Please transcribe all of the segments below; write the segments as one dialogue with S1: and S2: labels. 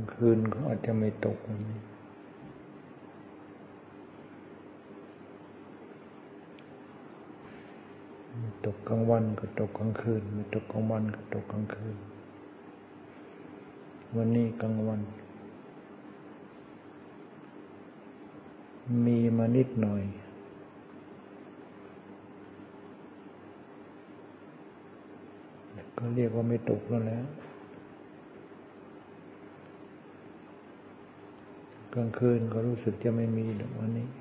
S1: คืนก็อาจจะไม่ตกวันนี้ไม่ตกกลางวันก็ตกกลางคืนไม่ตกกลางวันก็ตกกลางคืนวันนี้กลางวันมีมานิดหน่อยก็เรียกว่าไม่ตกแล้วกลางคืนก็รู้สึกจะไม่มีวันนี้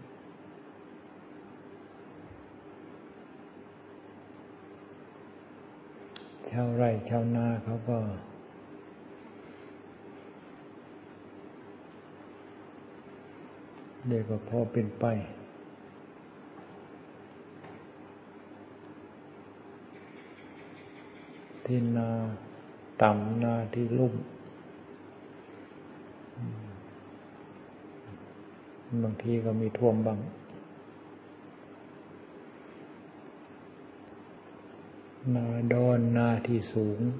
S1: ชาวไร่ชาวนาเขาก็เรียกว่าพอเป็นไปที่นาต่ำนาที่ลุ่มบางทีก็มีท่วมบ้างนาดอนนาที่สูง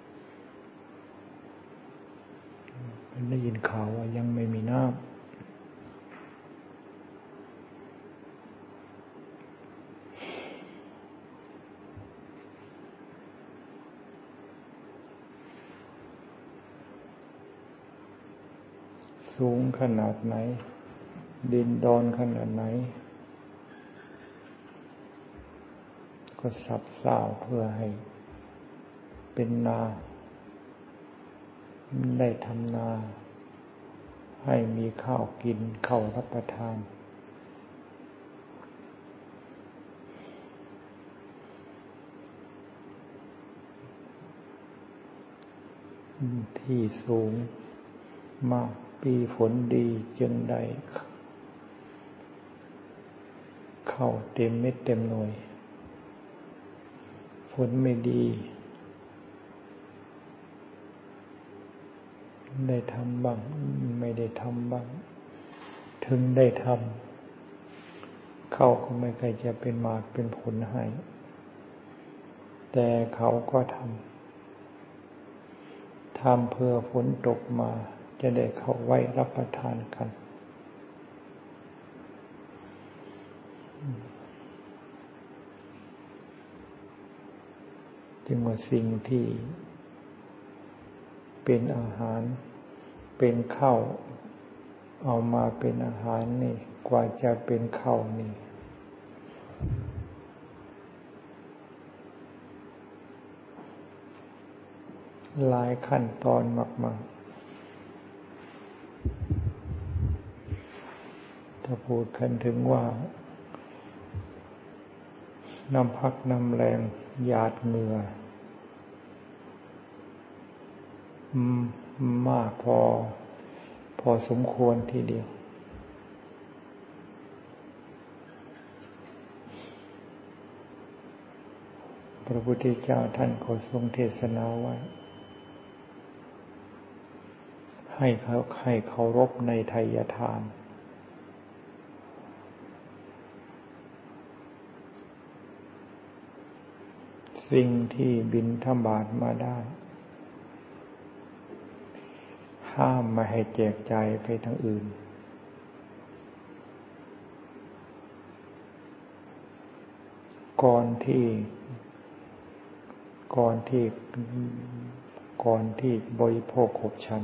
S1: ได้ยินข่าวว่ายังไม่มีน้ำสูงขนาดไหนดินดอนขนาดไหนก็สับสาวเพื่อให้เป็นนาได้ทำนาให้มีข้าวกินข้าวรับประทานที่สูงมากปีฝนดีจึงได้เข้าเต็มเม็ดเต็มหน่วยฝนไม่ดีได้ทำบ้างไม่ได้ทำบ้างถึงได้ทำเขาก็ไม่เคยจะเป็นมากเป็นผลให้แต่เขาก็ทำเพื่อฝนตกมาจะได้เข้าไว้รับประทานกันจึงว่าสิ่งที่เป็นอาหารเป็นข้าวเอามาเป็นอาหารนี่กว่าจะเป็นข้าวนี่หลายขั้นตอนมากๆถ้าพูดกันถึงว่าน้ำพักน้ำแรงหยาดเหงื่อมากพอสมควรทีเดียวพระพุทธเจ้าท่านก็ทรงเทศนาไว้ให้เคารพในไทยทานสิ่งที่บิณฑบาตมาได้ห้ามไม่ให้แจกจ่ายไปทางอื่นก่อนที่บริโภคขบฉัน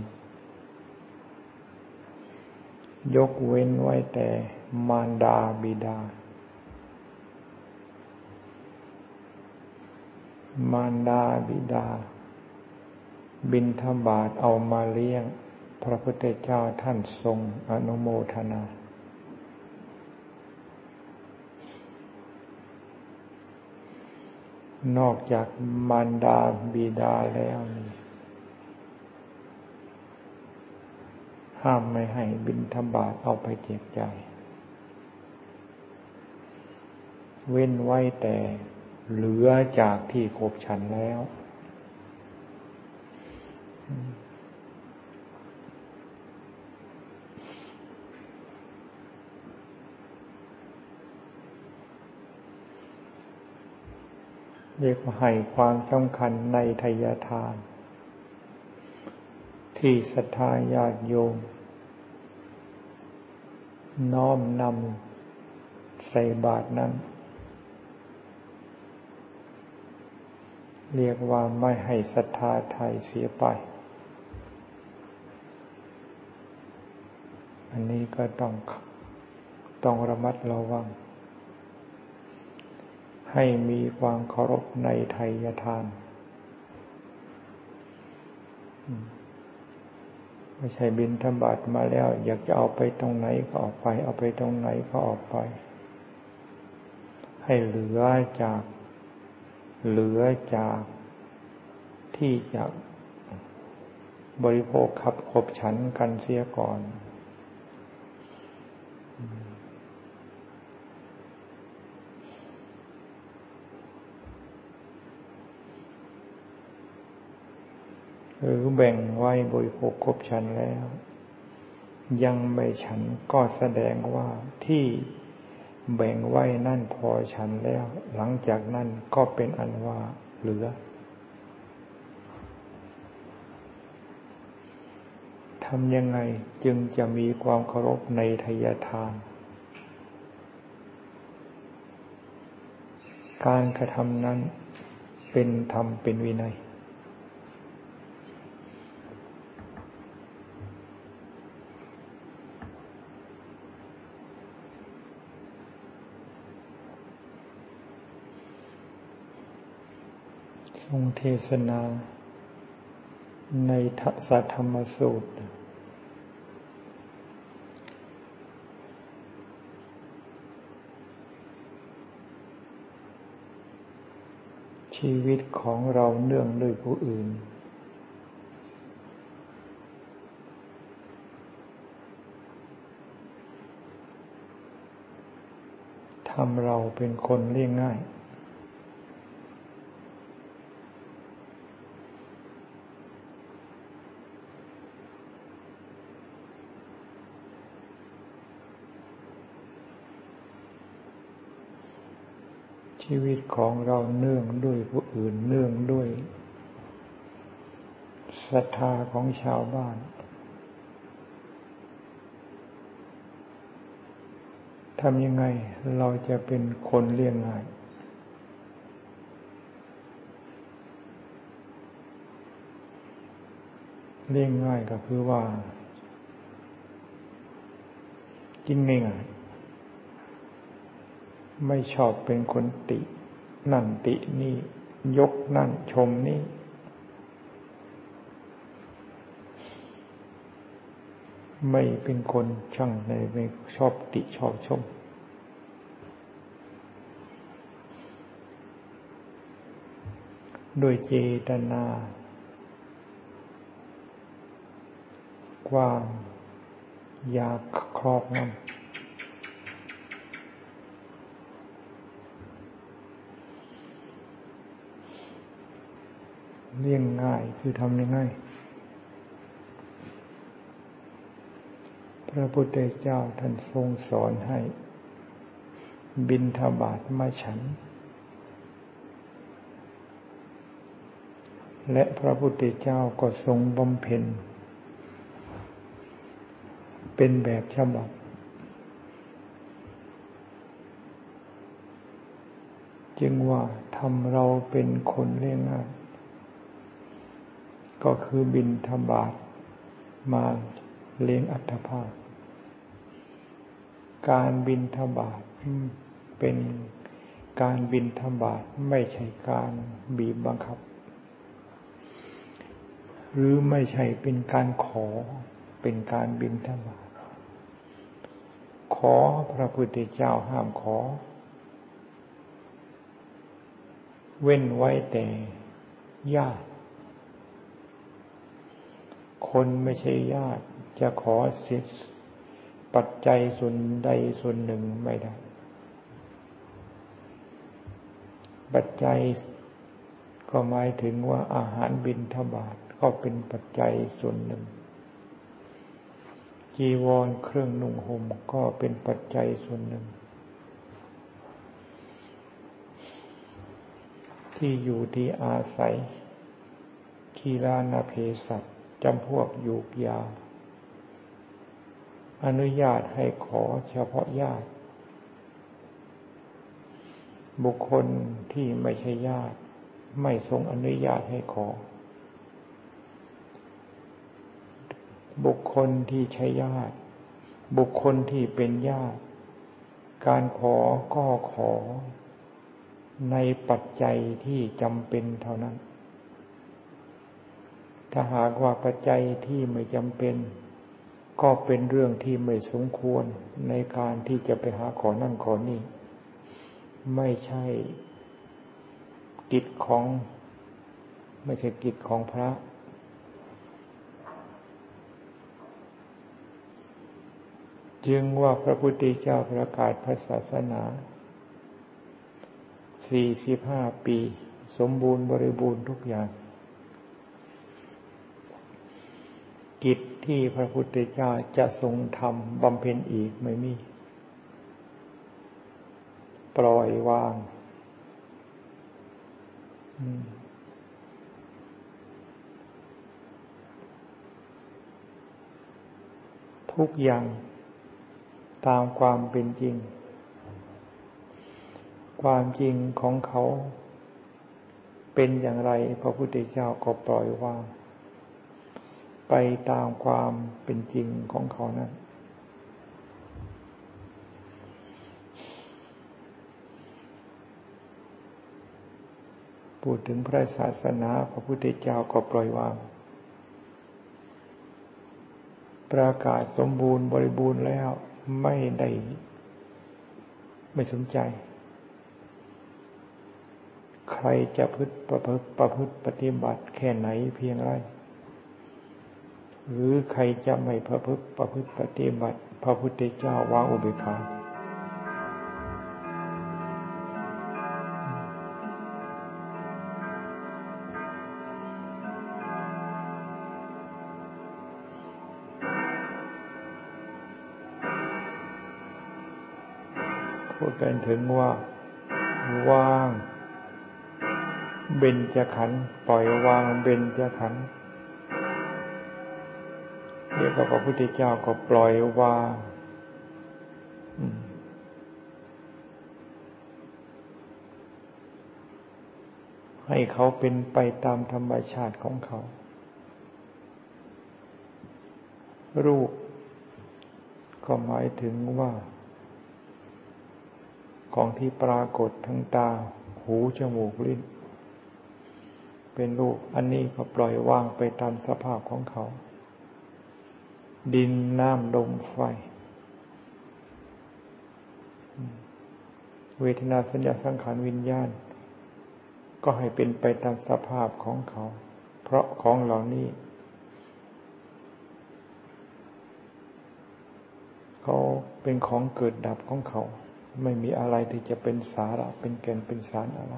S1: ยกเว้นไว้แต่มารดาบิดามารดาบิดาบิณฑบาตเอามาเลี้ยงพระพุทธเจ้าท่านทรงอนุโมทนานอกจากมารดาบิดาแล้วห้ามไม่ให้บิณฑบาตเอาไปแจกจ่ายเว้นไว้แต่เหลือจากที่ขบฉันแล้วเรียกว่าให้ความสำคัญในไทยทานทที่ศรัทธาญาติโยมน้อมนำใส่บาตรนั้นเรียกว่าไม่ให้ศรัทธาไทยเสียไปอันนี้ก็ต้องระมัดระวังให้มีความเคารพในไทยทานไม่ใช่บิณฑบาตมาแล้วอยากจะเอาไปตรงไหนก็เอาไปเอาไปตรงไหนก็เอาไปให้เหลือจากที่จะบริโภคขบฉันกันเสียก่อนหรือแบ่งไว้บริโภคครบฉันแล้วยังไม่ฉันก็แสดงว่าที่แบ่งไว้นั่นพอฉันแล้วหลังจากนั้นก็เป็นอันว่าเหลือทำยังไงจึงจะมีความเคารพในไทยทานการกระทำนั้นเป็นธรรมเป็นวินัยทรงเทศนาในสัทธรรมสูตรชีวิตของเราเนื่องด้วยผู้อื่นทำเราเป็นคนเรียบง่ายชีวิตของเราเนื่องด้วยผู้อื่นเนื่องด้วยศรัทธาของชาวบ้านทำยังไงเราจะเป็นคนเรียบง่ายเรียบง่ายก็คือว่ากินง่ายไม่ชอบเป็นคนตินั่นตินี่ยกนั่นชมนี่ไม่เป็นคนช่างในไม่ชอบติชอบชมโดยเจตนาความอยากครอบงำเลี่ยงง่ายคือทำยังไงพระพุทธเจ้าท่านทรงสอนให้บิณฑบาตมาฉันและพระพุทธเจ้าก็ทรงบำเพ็ญเป็นแบบฉบับจึงว่าทำเราเป็นคนเรียบง่ายก็คือบิณฑบาตมาเลี้ยงอัตภาพการบิณฑบาตเป็นการบิณฑบาตไม่ใช่การบีบบังคับหรือไม่ใช่เป็นการขอเป็นการบิณฑบาตขอพระพุทธเจ้าห้ามขอเว้นไว้แต่ญาติคนไม่ใช่ญาติจะขอสิทธิปัจจัยส่วนใดส่วนหนึ่งไม่ได้ปัจจัยก็หมายถึงว่าอาหารบิณฑบาตก็เป็นปัจจัยส่วนหนึ่งจีวรเครื่องนุ่งห่มก็เป็นปัจจัยส่วนหนึ่งที่อยู่ที่อาศัยคีลานะเพศัชจำพวกยูกยาอนุญาตให้ขอเฉพาะญาติบุคคลที่ไม่ใช่ญาติไม่ทรงอนุญาตให้ขอบุคคลที่ใช่ญาติบุคคลที่เป็นญาติการขอก็ขอในปัจจัยที่จำเป็นเท่านั้นถ้าหากว่าปัจจัยที่ไม่จำเป็นก็เป็นเรื่องที่ไม่สมควรในการที่จะไปหาขอนั่นขอนี่ไม่ใช่กิจของพระจึงว่าพระพุทธเจ้าประกาศพระศาสนา45 ปีสมบูรณ์บริบูรณ์ทุกอย่างกิจที่พระพุทธเจ้าจะทรงทำบำเพ็ญอีกไม่มีปล่อยวางทุกอย่างตามความเป็นจริงความจริงของเขาเป็นอย่างไรพระพุทธเจ้าก็ปล่อยวางไปตามความเป็นจริงของเขานั้นพูดถึงพระศาสนาพระพุทธเจ้าก็ปล่อยวางประกาศสมบูรณ์บริบูรณ์แล้วไม่สนใจใครจะประพฤติปฏิบัติแค่ไหนเพียงไรหรือใครจะไม่ประพฤติปฏิบัติพระพุทธเจ้าวางอุเบกขาพูดกันถึงว่าวางเบญจขันธ์ปล่อยวางเบญจขันธ์เรียกว่าพระพุทธเจ้าก็ปล่อยวางให้เขาเป็นไปตามธรรมชาติของเขารูปก็หมายถึงว่าของที่ปรากฏทั้งตาหูจมูกลิ้นเป็นรูปอันนี้ก็ปล่อยวางไปตามสภาพของเขาดินน้ำลมไฟเวทนาสัญญาสังขารวิญญาณก็ให้เป็นไปตามสภาพของเขาเพราะของเหล่านี้เขาเป็นของเกิดดับของเขาไม่มีอะไรที่จะเป็นสาระเป็นแก่นเป็นสารอะไร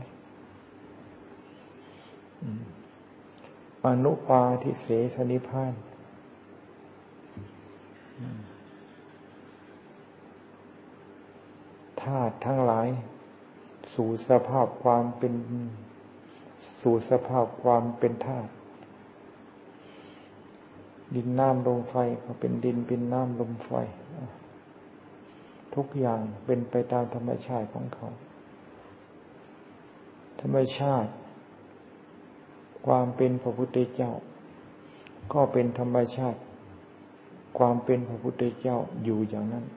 S1: อนุปาทิเสสนิพพานธาตุทั้งหลายสู่สภาพความเป็นธาตุดินน้ำลมไฟก็เป็นดินเป็นน้ำลมไฟทุกอย่างเป็นไปตามธรรมชาติของเขาธรรมชาติความเป็นพระพุทธเจ้าก็เป็นธรรมชาติความเป็นพระพุทธเจ้าอยู่อย่างนั้น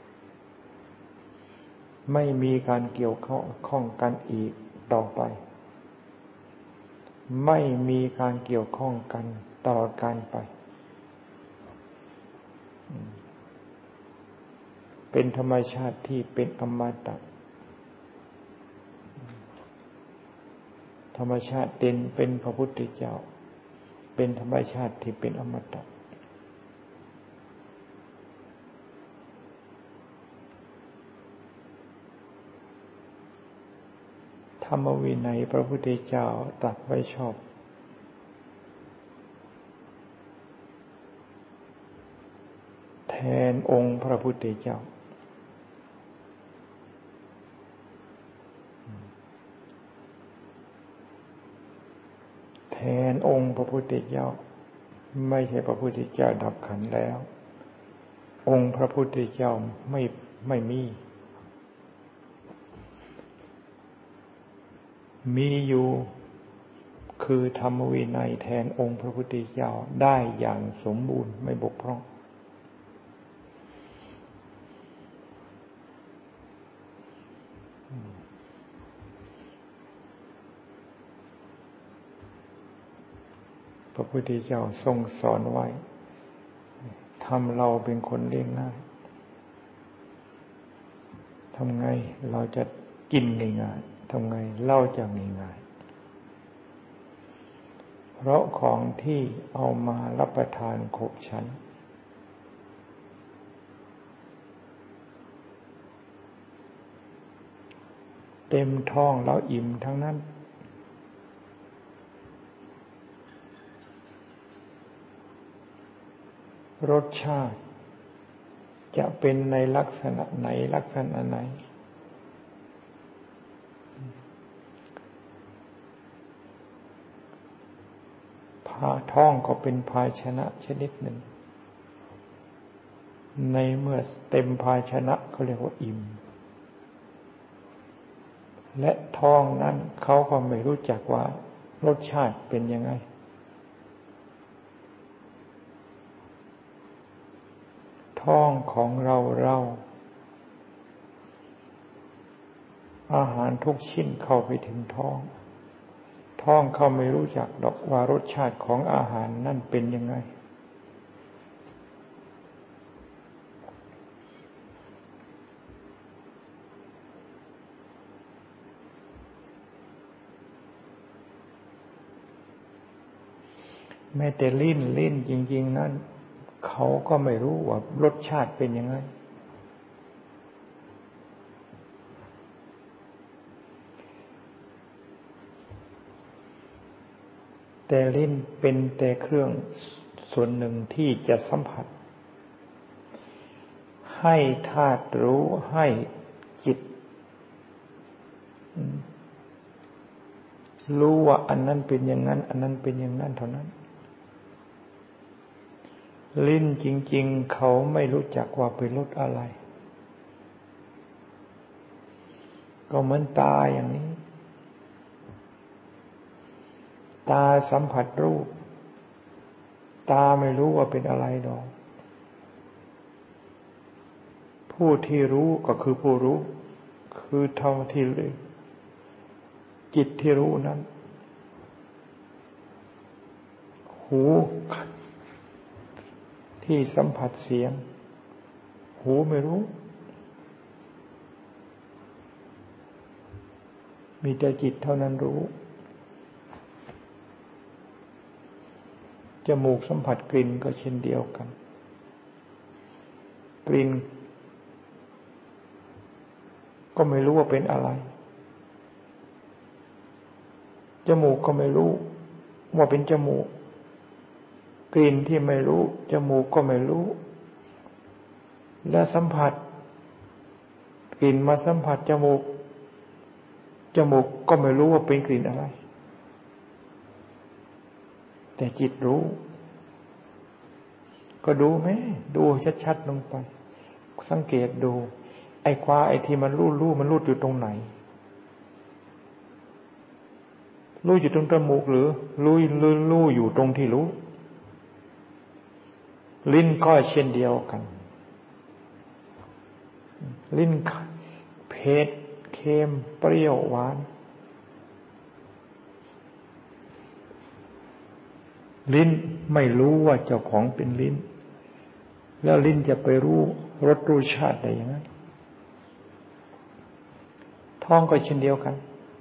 S1: ไม่มีการเกี่ยวข้องกันอีกต่อไปไม่มีการเกี่ยวข้องกันตลอดกาลไปเป็นธรรมชาติที่เป็นอมตะธรรมชาติเป็นพระพุทธเจ้าเป็นธรรมชาติที่เป็นอมตะธรรมวินัยพระพุทธเจ้าตรัสไว้ชอบแทนองค์พระพุทธเจ้าแทนองค์พระพุทธเจ้าไม่ใช่พระพุทธเจ้าดับขันธ์แล้วองค์พระพุทธเจ้าไม่มีอยู่คือธรรมวินัยแทนองค์พระพุทธเจ้าได้อย่างสมบูรณ์ไม่บกพร่องพระพุทธเจ้าทรงสอนไว้ทำเราเป็นคนเลี้ยงง่ายทำไงเราจะกินง่ายๆทำไงเราจะง่ายๆเพราะของที่เอามารับประทานขบฉันเต็มท้องแล้วอิ่มทั้งนั้นรสชาติจะเป็นในลักษณะไหนลักษณะไหนท้องก็เป็นภาชนะชนิดหนึ่งในเมื่อเต็มภาชนะเขาเรียกว่าอิ่มและท้องนั้นเขาก็ไม่รู้จักว่ารสชาติเป็นยังไงท้องของเราอาหารทุกชิ้นเข้าไปถึงท้องเขาไม่รู้จักดอกว่ารสชาติของอาหารนั่นเป็นยังไงแม้แต่ลิ้นจริงๆนั้นเขาก็ไม่รู้ว่ารสชาติเป็นยังไงแต่ลิ้นเป็นแต่เครื่องส่วนหนึ่งที่จะสัมผัสให้ธาตุรู้ให้จิตรู้ว่าอันนั้นเป็นอย่างนั้นอันนั้นเป็นอย่างนั้นเท่านั้นลิ้นจริงๆเขาไม่รู้จักว่าเป็นรสอะไรก็เหมือนตาอย่างนี้ตาสัมผัสรูปตาไม่รู้ว่าเป็นอะไรหรอกผู้ที่รู้ก็คือผู้รู้คือเท่าที่เลยจิตที่รู้นั้นหูที่สัมผัสเสียงหูไม่รู้มีแต่จิตเท่านั้นรู้จมูกสัมผัสกลิ่นก็เช่นเดียวกันกลิ่นก็ไม่รู้ว่าเป็นอะไรจมูกก็ไม่รู้ว่าเป็นจมูกกลิ่นที่ไม่รู้จมูกก็ไม่รู้และสัมผัสกลิ่นมาสัมผัสจมูกก็ไม่รู้ว่าเป็นกลิ่นอะไรแต่จิตรู้ก็ดูไหมดูชัดๆลงไปสังเกตดูไอ้ที่มันรู้มันรู้อยู่ตรงไหนรู้อยู่ตรงจมูกหรือรู้อยู่ตรงที่รู้ลิ้นก็เช่นเดียวกันลิ้นเผ็ดเค็มเปรี้ยวหวานลิ้นไม่รู้ว่าเจ้าของเป็นลิ้นแล้วลิ้นจะไปรู้รสรู้ชาติได้ยังไงท้องก็เช่นเดียวกัน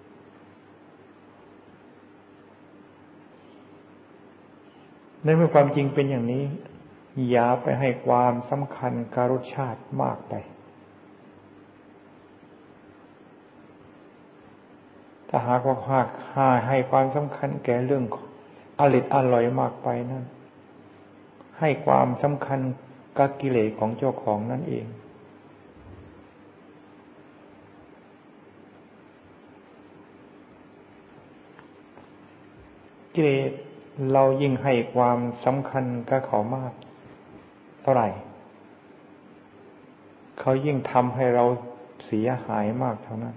S1: ในเมื่อความจริงเป็นอย่างนี้อย่าไปให้ความสำคัญกับรสชาติมากไปถ้าหากว่าให้ความสำคัญแก่เรื่องอร่อยมากไปนั่นให้ความสำคัญกับกิเลสของเจ้าของนั่นเองกิเลสเรายิ่งให้ความสำคัญกับเขามากเท่าไหร่เขายิ่งทำให้เราเสียหายมากเท่านั้น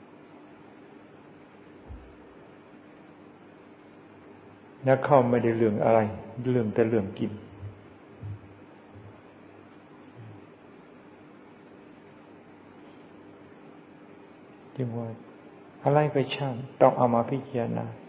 S1: แล้วเขาไม่ได้เรื่องอะไรเรื่องแต่เรื่องกินจึงว่าอะไรก็ช่างต้องเอามาพิจารณา